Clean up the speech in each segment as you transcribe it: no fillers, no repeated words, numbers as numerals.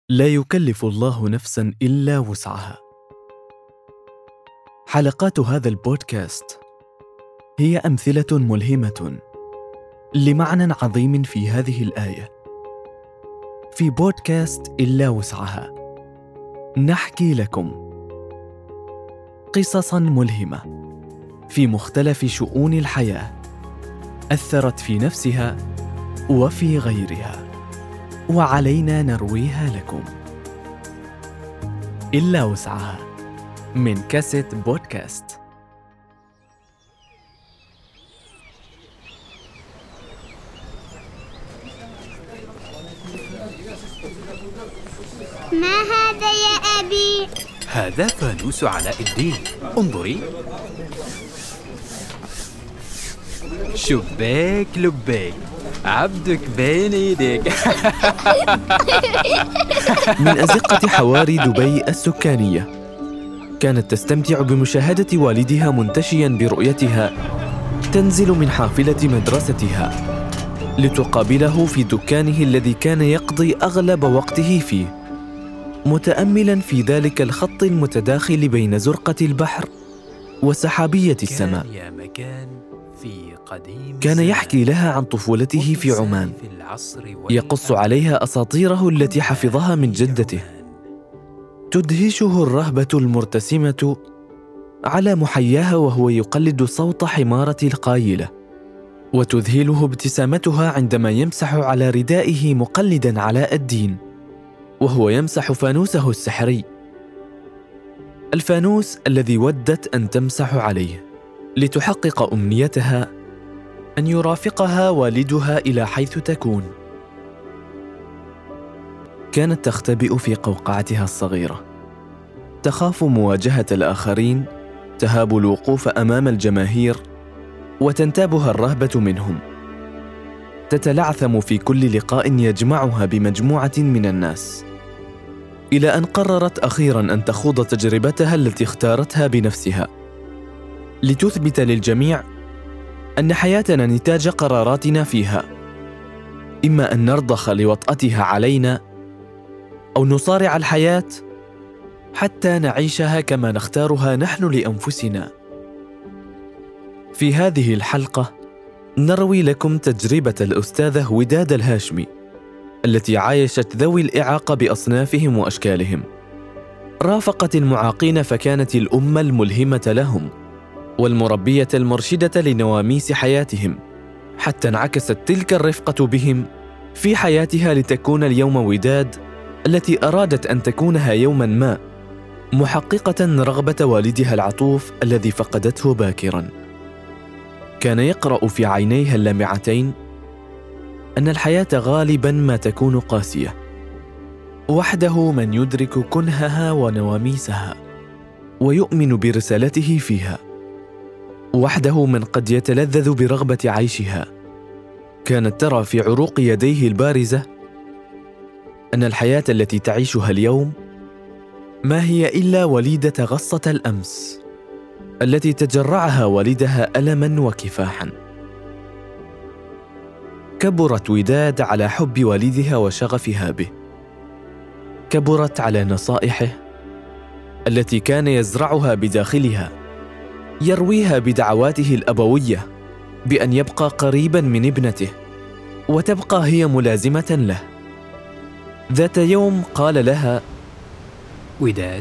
لا يكلف الله نفساً إلا وسعها. حلقات هذا البودكاست هي أمثلة ملهمة لمعنى عظيم في هذه الآية. في بودكاست إلا وسعها نحكي لكم قصصاً ملهمة في مختلف شؤون الحياة، أثرت في نفسها وفي غيرها، وعلينا نرويها لكم. إلا وسعها من كاسيت بودكاست. ما هذا يا أبي؟ هذا فانوس علاء الدين، انظري. شباك لباك، عبدك بين يديك. من أزقة حواري دبي السكانية، كانت تستمتع بمشاهدة والدها منتشياً برؤيتها تنزل من حافلة مدرستها لتقابله في دكانه الذي كان يقضي أغلب وقته فيه، متأملاً في ذلك الخط المتداخل بين زرقة البحر وسحابية السماء. كان يحكي لها عن طفولته في عمان، يقص عليها أساطيره التي حفظها من جدته. تدهشه الرهبة المرتسمة على محياها وهو يقلد صوت حمارة القايلة، وتذهله ابتسامتها عندما يمسح على ردائه مقلداً علاء الدين وهو يمسح فانوسه السحري، الفانوس الذي ودت أن تمسح عليه لتحقق أمنيتها أن يرافقها والدها إلى حيث تكون. كانت تختبئ في قوقعتها الصغيرة، تخاف مواجهة الآخرين، تهاب الوقوف أمام الجماهير، وتنتابها الرهبة منهم. تتلعثم في كل لقاء يجمعها بمجموعة من الناس، إلى أن قررت أخيراً أن تخوض تجربتها التي اختارتها بنفسها، لتثبت للجميع أن حياتنا نتاج قراراتنا فيها، إما أن نرضخ لوطأتها علينا أو نصارع الحياة حتى نعيشها كما نختارها نحن لأنفسنا. في هذه الحلقة نروي لكم تجربة الأستاذة وداد الهاشمي التي عايشت ذوي الإعاقة بأصنافهم وأشكالهم. رافقت المعاقين فكانت الأم الملهمة لهم والمربية المرشدة لنواميس حياتهم، حتى انعكست تلك الرفقة بهم في حياتها لتكون اليوم وداد التي أرادت أن تكونها يوماً ما، محققة رغبة والدها العطوف الذي فقدته باكراً. كان يقرأ في عينيها اللامعتين أن الحياة غالباً ما تكون قاسية، وحده من يدرك كنهها ونواميسها ويؤمن برسالته فيها، وحده من قد يتلذذ برغبة عيشها. كانت ترى في عروق يديه البارزة أن الحياة التي تعيشها اليوم ما هي إلا وليدة غصة الأمس التي تجرعها والدها ألماً وكفاحاً. كبرت وداد على حب والدها وشغفها به، كبرت على نصائحه التي كان يزرعها بداخلها، يرويها بدعواته الأبوية بأن يبقى قريباً من ابنته وتبقى هي ملازمة له. ذات يوم قال لها: وداد،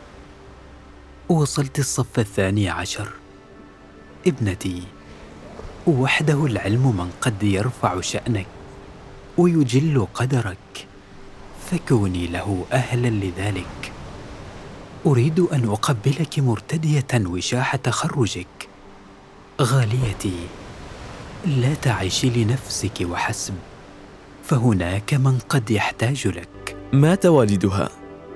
وصلت الصف 12، ابنتي، وحده العلم من قد يرفع شأنك ويجل قدرك، فكوني له أهلاً لذلك. أريد أن أقبلك مرتدية وشاح تخرجك. غاليتي، لا تعيشي لنفسك وحسب، فهناك من قد يحتاج لك. مات والدها،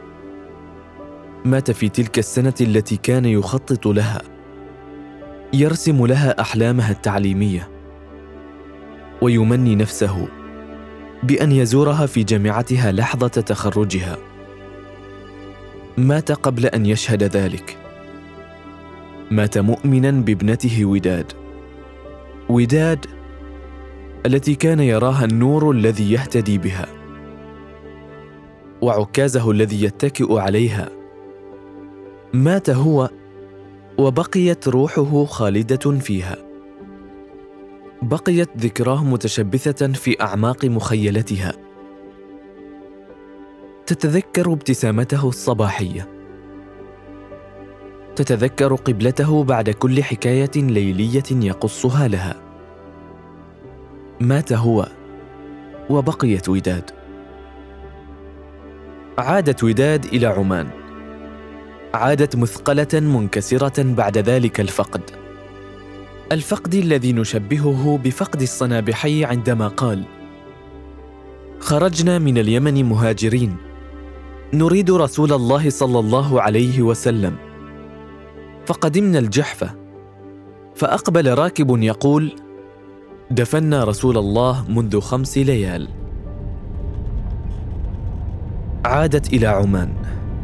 مات في تلك السنة التي كان يخطط لها، يرسم لها أحلامها التعليمية، ويمني نفسه بأن يزورها في جامعتها لحظة تخرجها. مات قبل أن يشهد ذلك. مات مؤمناً بابنته وداد التي كان يراها النور الذي يهتدي بها. وعكازه الذي يتكئ عليها. مات هو وبقيت روحه خالدة فيها. بقيت ذكراه متشبثة في أعماق مخيلتها، تتذكر ابتسامته الصباحية، تتذكر قبلته بعد كل حكاية ليلية يقصها لها. مات هو وبقيت وداد. عادت وداد إلى عمان. عادت مثقلة منكسرة بعد ذلك الفقد الذي نشبهه بفقد الصنابحي عندما قال: خرجنا من اليمن مهاجرين نريد رسول الله صلى الله عليه وسلم، فقدمنا الجحفة، فأقبل راكب يقول: دفنا رسول الله منذ 5 ليال. عادت إلى عمان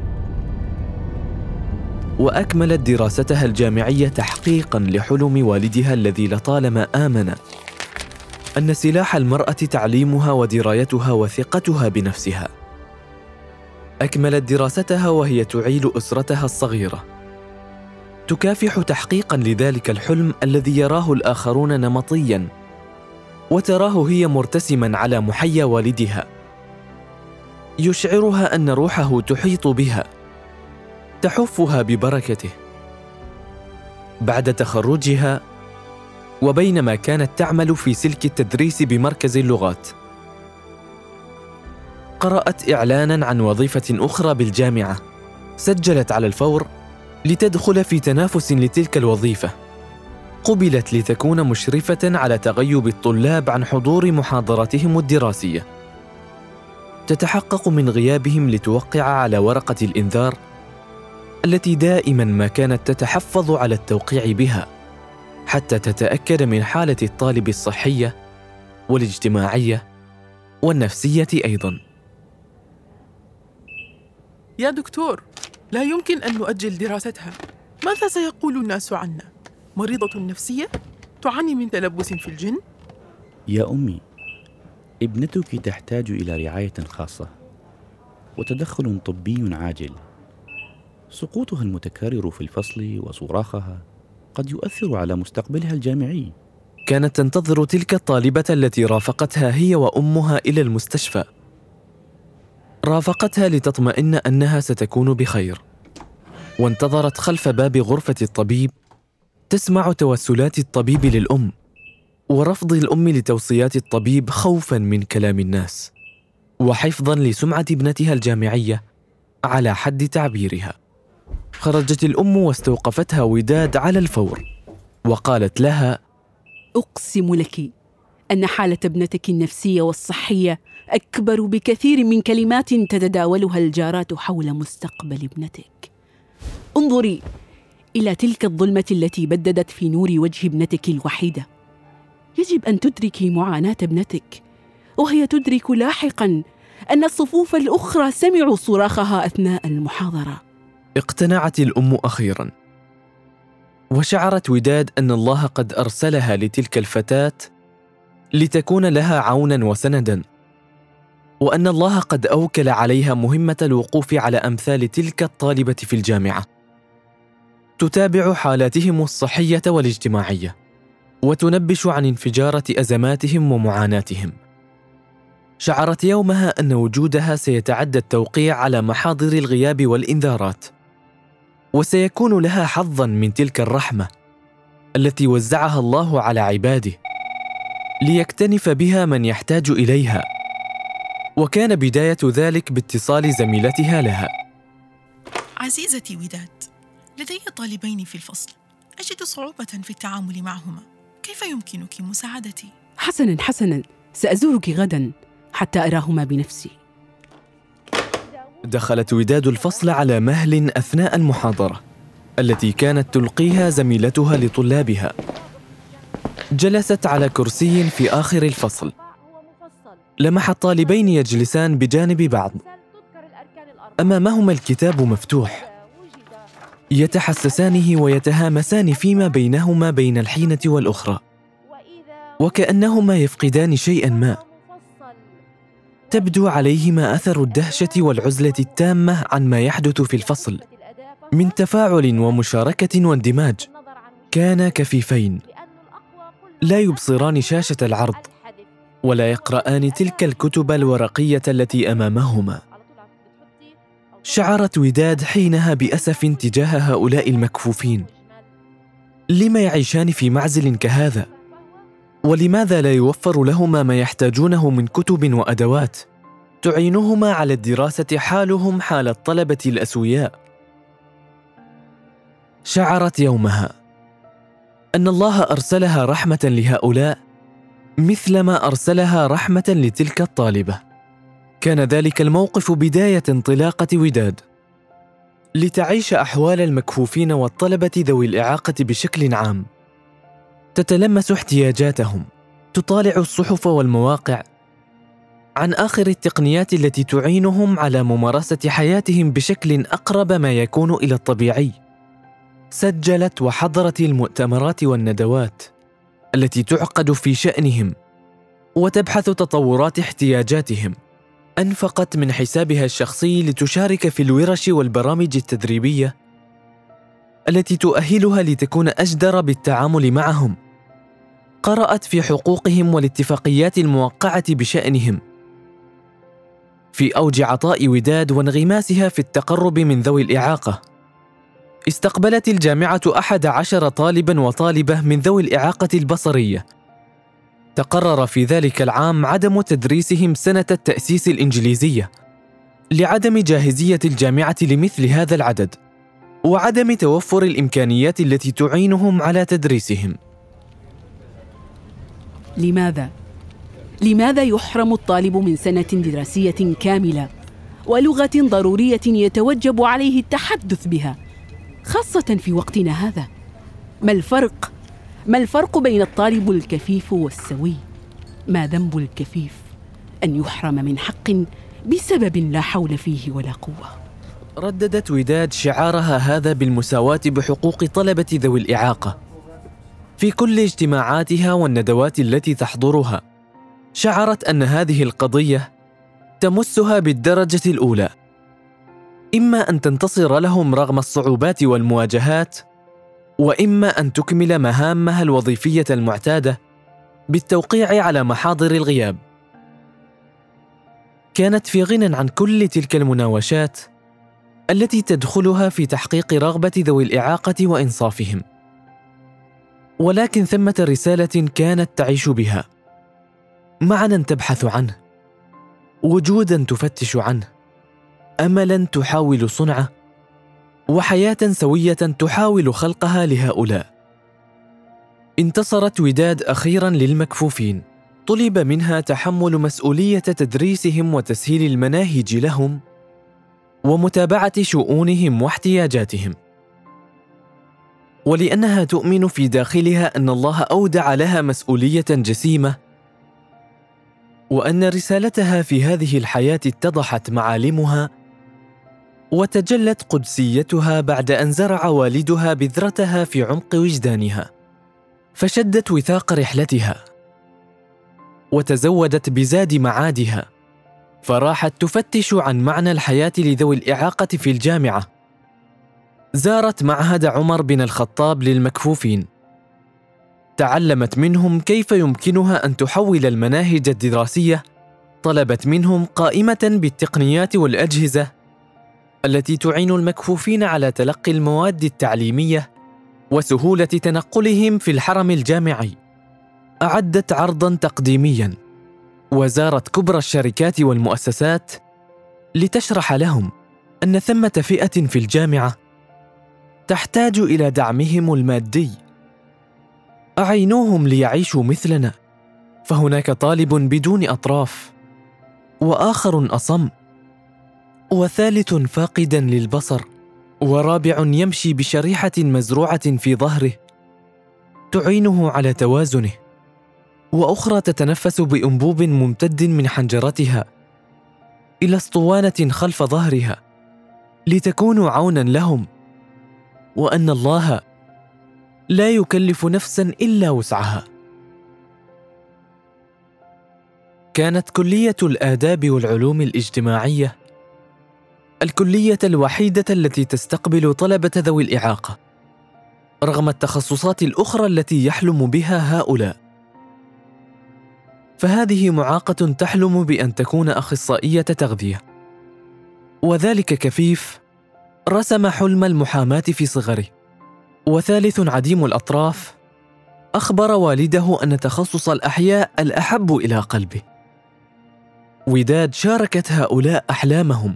وأكملت دراستها الجامعية تحقيقاً لحلم والدها الذي لطالما آمن أن سلاح المرأة تعليمها ودرايتها وثقتها بنفسها. أكملت دراستها وهي تعيل أسرتها الصغيرة، تكافح تحقيقاً لذلك الحلم الذي يراه الآخرون نمطياً، وتراه هي مرتسماً على محيا والدها، يشعرها أن روحه تحيط بها، تحفها ببركته. بعد تخرجها، وبينما كانت تعمل في سلك التدريس بمركز اللغات، قرأت إعلاناً عن وظيفة أخرى بالجامعة. سجلت على الفور لتدخل في تنافس لتلك الوظيفة. قبلت لتكون مشرفة على تغيب الطلاب عن حضور محاضراتهم الدراسية. تتحقق من غيابهم لتوقع على ورقة الإنذار التي دائما ما كانت تتحفظ على التوقيع بها، حتى تتأكد من حالة الطالب الصحية والاجتماعية والنفسية أيضا. يا دكتور، لا يمكن أن نؤجل دراستها. ماذا سيقول الناس عنا؟ مريضة نفسية؟ تعاني من تلبس في الجن؟ يا أمي، ابنتك تحتاج إلى رعاية خاصة وتدخل طبي عاجل. سقوطها المتكرر في الفصل وصراخها قد يؤثر على مستقبلها الجامعي. كانت تنتظر تلك الطالبة التي رافقتها هي وأمها إلى المستشفى. رافقتها لتطمئن أنها ستكون بخير، وانتظرت خلف باب غرفة الطبيب تسمع توسلات الطبيب للأم ورفض الأم لتوصيات الطبيب خوفاً من كلام الناس، وحفظاً لسمعة ابنتها الجامعية على حد تعبيرها. خرجت الأم واستوقفتها وداد على الفور وقالت لها: أقسم لك أن حالة ابنتك النفسية والصحية أكبر بكثير من كلمات تتداولها الجارات حول مستقبل ابنتك. انظري إلى تلك الظلمة التي بددت في نور وجه ابنتك الوحيدة. يجب أن تدركي معاناة ابنتك، وهي تدرك لاحقاً أن الصفوف الأخرى سمعوا صراخها أثناء المحاضرة. اقتنعت الأم أخيراً، وشعرت وداد أن الله قد أرسلها لتلك الفتاة لتكون لها عوناً وسنداً، وأن الله قد أوكل عليها مهمة الوقوف على أمثال تلك الطالبة في الجامعة، تتابع حالاتهم الصحية والاجتماعية، وتنبش عن انفجارة أزماتهم ومعاناتهم. شعرت يومها أن وجودها سيتعدى التوقيع على محاضر الغياب والإنذارات، وسيكون لها حظاً من تلك الرحمة التي وزعها الله على عباده ليكتنف بها من يحتاج إليها. وكان بداية ذلك باتصال زميلتها لها: عزيزتي وداد، لدي طالبين في الفصل، أجد صعوبة في التعامل معهما، كيف يمكنك مساعدتي؟ حسناً، سأزورك غداً حتى أراهما بنفسي. دخلت وداد الفصل على مهل أثناء المحاضرة التي كانت تلقيها زميلتها لطلابها. جلست على كرسي في آخر الفصل. لمح الطالبين يجلسان بجانب بعض، أمامهما الكتاب مفتوح، يتحسسانه ويتهامسان فيما بينهما بين الحينة والأخرى، وكأنهما يفقدان شيئاً ما. تبدو عليهما أثر الدهشة والعزلة التامة عن ما يحدث في الفصل من تفاعل ومشاركة واندماج. كانا كفيفين لا يبصران شاشة العرض ولا يقرآن تلك الكتب الورقية التي أمامهما. شعرت وداد حينها بأسف تجاه هؤلاء المكفوفين. لما يعيشان في معزل كهذا؟ ولماذا لا يوفر لهما ما يحتاجونه من كتب وأدوات تعينهما على الدراسة حالهم حال الطلبة الأسوياء؟ شعرت يومها أن الله أرسلها رحمة لهؤلاء مثلما أرسلها رحمة لتلك الطالبة. كان ذلك الموقف بداية انطلاقة وداد لتعيش أحوال المكفوفين والطلبة ذوي الإعاقة بشكل عام. تتلمس احتياجاتهم، تطالع الصحف والمواقع عن آخر التقنيات التي تعينهم على ممارسة حياتهم بشكل أقرب ما يكون إلى الطبيعي. سجلت وحضرت المؤتمرات والندوات التي تعقد في شأنهم وتبحث تطورات احتياجاتهم. أنفقت من حسابها الشخصي لتشارك في الورش والبرامج التدريبية التي تؤهلها لتكون أجدر بالتعامل معهم. قرأت في حقوقهم والاتفاقيات الموقعة بشأنهم. في أوج عطاء وداد وانغماسها في التقرب من ذوي الإعاقة، استقبلت الجامعة 11 طالباً وطالبة من ذوي الإعاقة البصرية. تقرر في ذلك العام عدم تدريسهم سنة التأسيس الإنجليزية لعدم جاهزية الجامعة لمثل هذا العدد وعدم توفر الإمكانيات التي تعينهم على تدريسهم. لماذا يحرم الطالب من سنة دراسية كاملة ولغة ضرورية يتوجب عليه التحدث بها، خاصة في وقتنا هذا؟ ما الفرق بين الطالب الكفيف والسوي؟ ما ذنب الكفيف أن يحرم من حق بسبب لا حول فيه ولا قوة؟ رددت وداد شعارها هذا بالمساواة بحقوق طلبة ذوي الإعاقة في كل اجتماعاتها والندوات التي تحضرها. شعرت أن هذه القضية تمسها بالدرجة الأولى، إما أن تنتصر لهم رغم الصعوبات والمواجهات، وإما أن تكمل مهامها الوظيفية المعتادة بالتوقيع على محاضر الغياب. كانت في غنى عن كل تلك المناوشات التي تدخلها في تحقيق رغبة ذوي الإعاقة وإنصافهم. ولكن ثمة رسالة كانت تعيش بها، معنى تبحث عنه، وجودا تفتش عنه، أملا تحاول صنعه، وحياة سوية تحاول خلقها لهؤلاء. انتصرت وداد أخيرا للمكفوفين. طلب منها تحمل مسؤولية تدريسهم وتسهيل المناهج لهم ومتابعة شؤونهم واحتياجاتهم. ولأنها تؤمن في داخلها أن الله أودع لها مسؤولية جسيمة، وأن رسالتها في هذه الحياة اتضحت معالمها وتجلت قدسيتها بعد أن زرع والدها بذرتها في عمق وجدانها، فشدت وثاق رحلتها وتزودت بزاد معادها، فراحت تفتش عن معنى الحياة لذوي الإعاقة في الجامعة. زارت معهد عمر بن الخطاب للمكفوفين، تعلمت منهم كيف يمكنها أن تحول المناهج الدراسية. طلبت منهم قائمة بالتقنيات والأجهزة التي تعين المكفوفين على تلقي المواد التعليمية وسهولة تنقلهم في الحرم الجامعي. أعدت عرضاً تقديمياً، وزارت كبرى الشركات والمؤسسات لتشرح لهم أن ثمة فئة في الجامعة تحتاج إلى دعمهم المادي. أعينوهم ليعيشوا مثلنا، فهناك طالب بدون أطراف، وآخر أصم، وثالث فاقداً للبصر، ورابع يمشي بشريحة مزروعة في ظهره تعينه على توازنه، وأخرى تتنفس بأنبوب ممتد من حنجرتها إلى اسطوانة خلف ظهرها لتكونوا عوناً لهم، وأن الله لا يكلف نفساً إلا وسعها. كانت كلية الآداب والعلوم الاجتماعية الكلية الوحيدة التي تستقبل طلبة ذوي الإعاقة، رغم التخصصات الأخرى التي يحلم بها هؤلاء. فهذه معاقة تحلم بأن تكون أخصائية تغذية، وذلك كفيف رسم حلم المحاماة في صغره. وثالث عديم الأطراف أخبر والده أن تخصص الأحياء الأحب إلى قلبه. وداد شاركت هؤلاء أحلامهم.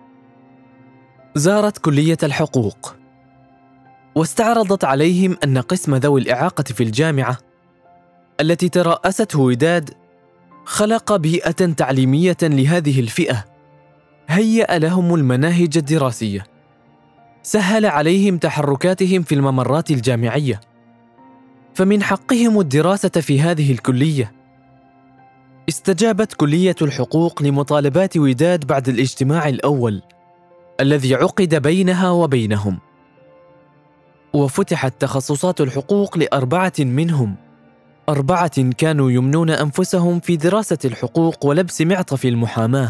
زارت كلية الحقوق واستعرضت عليهم أن قسم ذوي الإعاقة في الجامعة التي ترأسته وداد خلق بيئة تعليمية لهذه الفئة، هيأ لهم المناهج الدراسية، سهل عليهم تحركاتهم في الممرات الجامعية، فمن حقهم الدراسة في هذه الكلية. استجابت كلية الحقوق لمطالبات وداد بعد الاجتماع الأول الذي عقد بينها وبينهم، وفتحت تخصصات الحقوق ل4 منهم. 4 كانوا يمنون أنفسهم في دراسة الحقوق ولبس معطف المحاماة.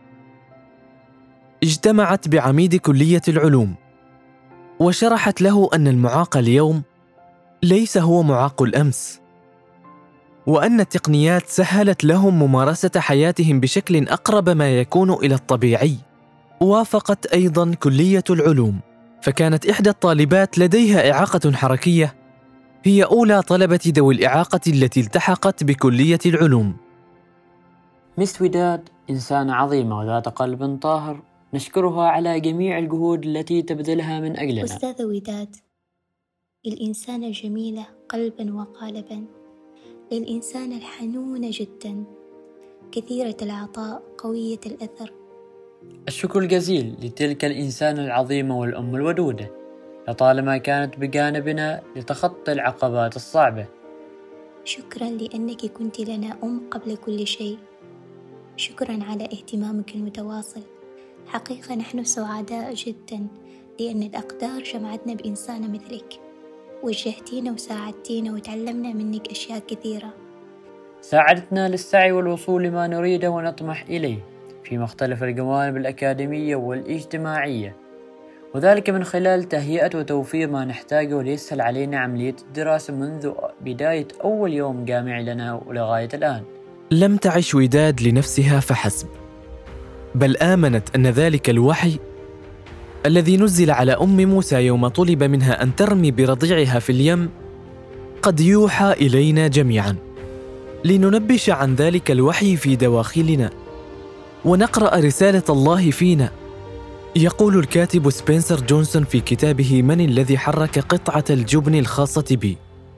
اجتمعت بعميد كلية العلوم وشرحت له أن المعاق اليوم ليس هو معاق الأمس، وأن التقنيات سهلت لهم ممارسة حياتهم بشكل أقرب ما يكون إلى الطبيعي. وافقت أيضاً كلية العلوم، فكانت إحدى الطالبات لديها إعاقة حركية هي أولى طلبة ذوي الإعاقة التي التحقت بكلية العلوم. مس وداد إنسانة عظيمة وذات قلب طاهر، نشكرها على جميع الجهود التي تبذلها من أجلنا. أستاذة وداد، الإنسانة الجميلة قلبا وقالبا، للإنسانة الحنونة جدا، كثيرة العطاء، قوية الأثر. الشكر الجزيل لتلك الإنسانة العظيمة والأم الودودة، لطالما كانت بجانبنا لتخطي العقبات الصعبة. شكرا لأنك كنت لنا أم قبل كل شيء. شكرا على اهتمامك المتواصل. حقيقة نحن سعداء جدا لأن الأقدار جمعتنا بإنسانة مثلك. وجهتينا وساعدتينا وتعلمنا منك أشياء كثيرة. ساعدتنا للسعي والوصول لما نريده ونطمح إليه في مختلف الجوانب الأكاديمية والاجتماعية، وذلك من خلال تهيئة وتوفير ما نحتاجه ليسهل علينا عملية الدراسة منذ بداية أول يوم جامعي لنا ولغاية الآن. لم تعش وداد لنفسها فحسب، بل آمنت أن ذلك الوحي الذي نزل على أم موسى يوم طلب منها أن ترمي برضيعها في اليم قد يوحى إلينا جميعا، لننبش عن ذلك الوحي في دواخلنا ونقرأ رسالة الله فينا. يقول الكاتب سبنسر جونسون في كتابه من الذي حرك قطعة الجبن الخاصة بي: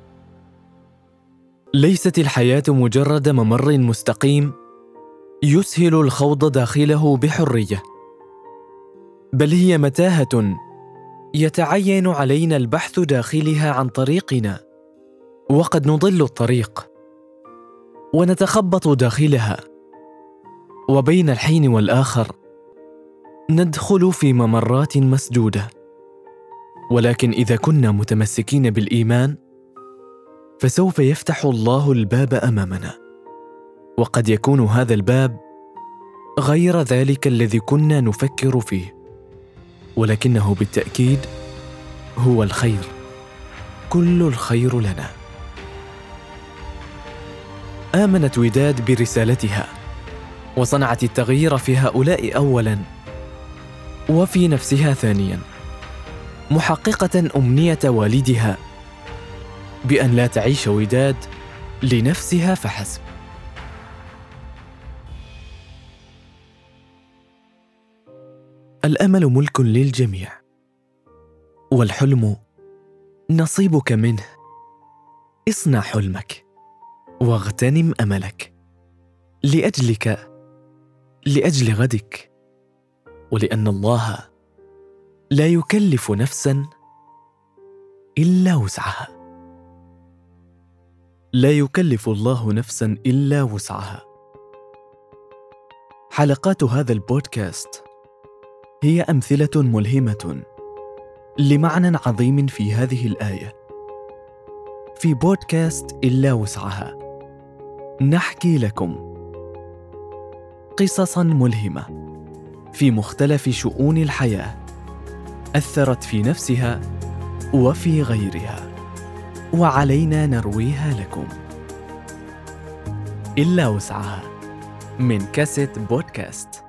ليست الحياة مجرد ممر مستقيم يسهل الخوض داخله بحرية، بل هي متاهة يتعين علينا البحث داخلها عن طريقنا، وقد نضل الطريق ونتخبط داخلها، وبين الحين والآخر ندخل في ممرات مسدودة. ولكن إذا كنا متمسكين بالإيمان فسوف يفتح الله الباب أمامنا، وقد يكون هذا الباب غير ذلك الذي كنا نفكر فيه، ولكنه بالتأكيد هو الخير، كل الخير لنا. آمنت وداد برسالتها وصنعت التغيير في هؤلاء أولاً وفي نفسها ثانياً، محققة أمنية والدها بأن لا تعيش وداد لنفسها فحسب. الأمل ملك للجميع، والحلم نصيبك منه. اصنع حلمك واغتنم أملك، لأجلك، لأجل غدك، ولأن الله لا يكلف نفساً إلا وسعها. لا يكلف الله نفساً إلا وسعها. حلقات هذا البودكاست هي أمثلة ملهمة لمعنى عظيم في هذه الآية. في بودكاست إلا وسعها نحكي لكم قصصاً ملهمة في مختلف شؤون الحياة، أثرت في نفسها وفي غيرها، وعلينا نرويها لكم. إلا وسعها من كاسيت بودكاست.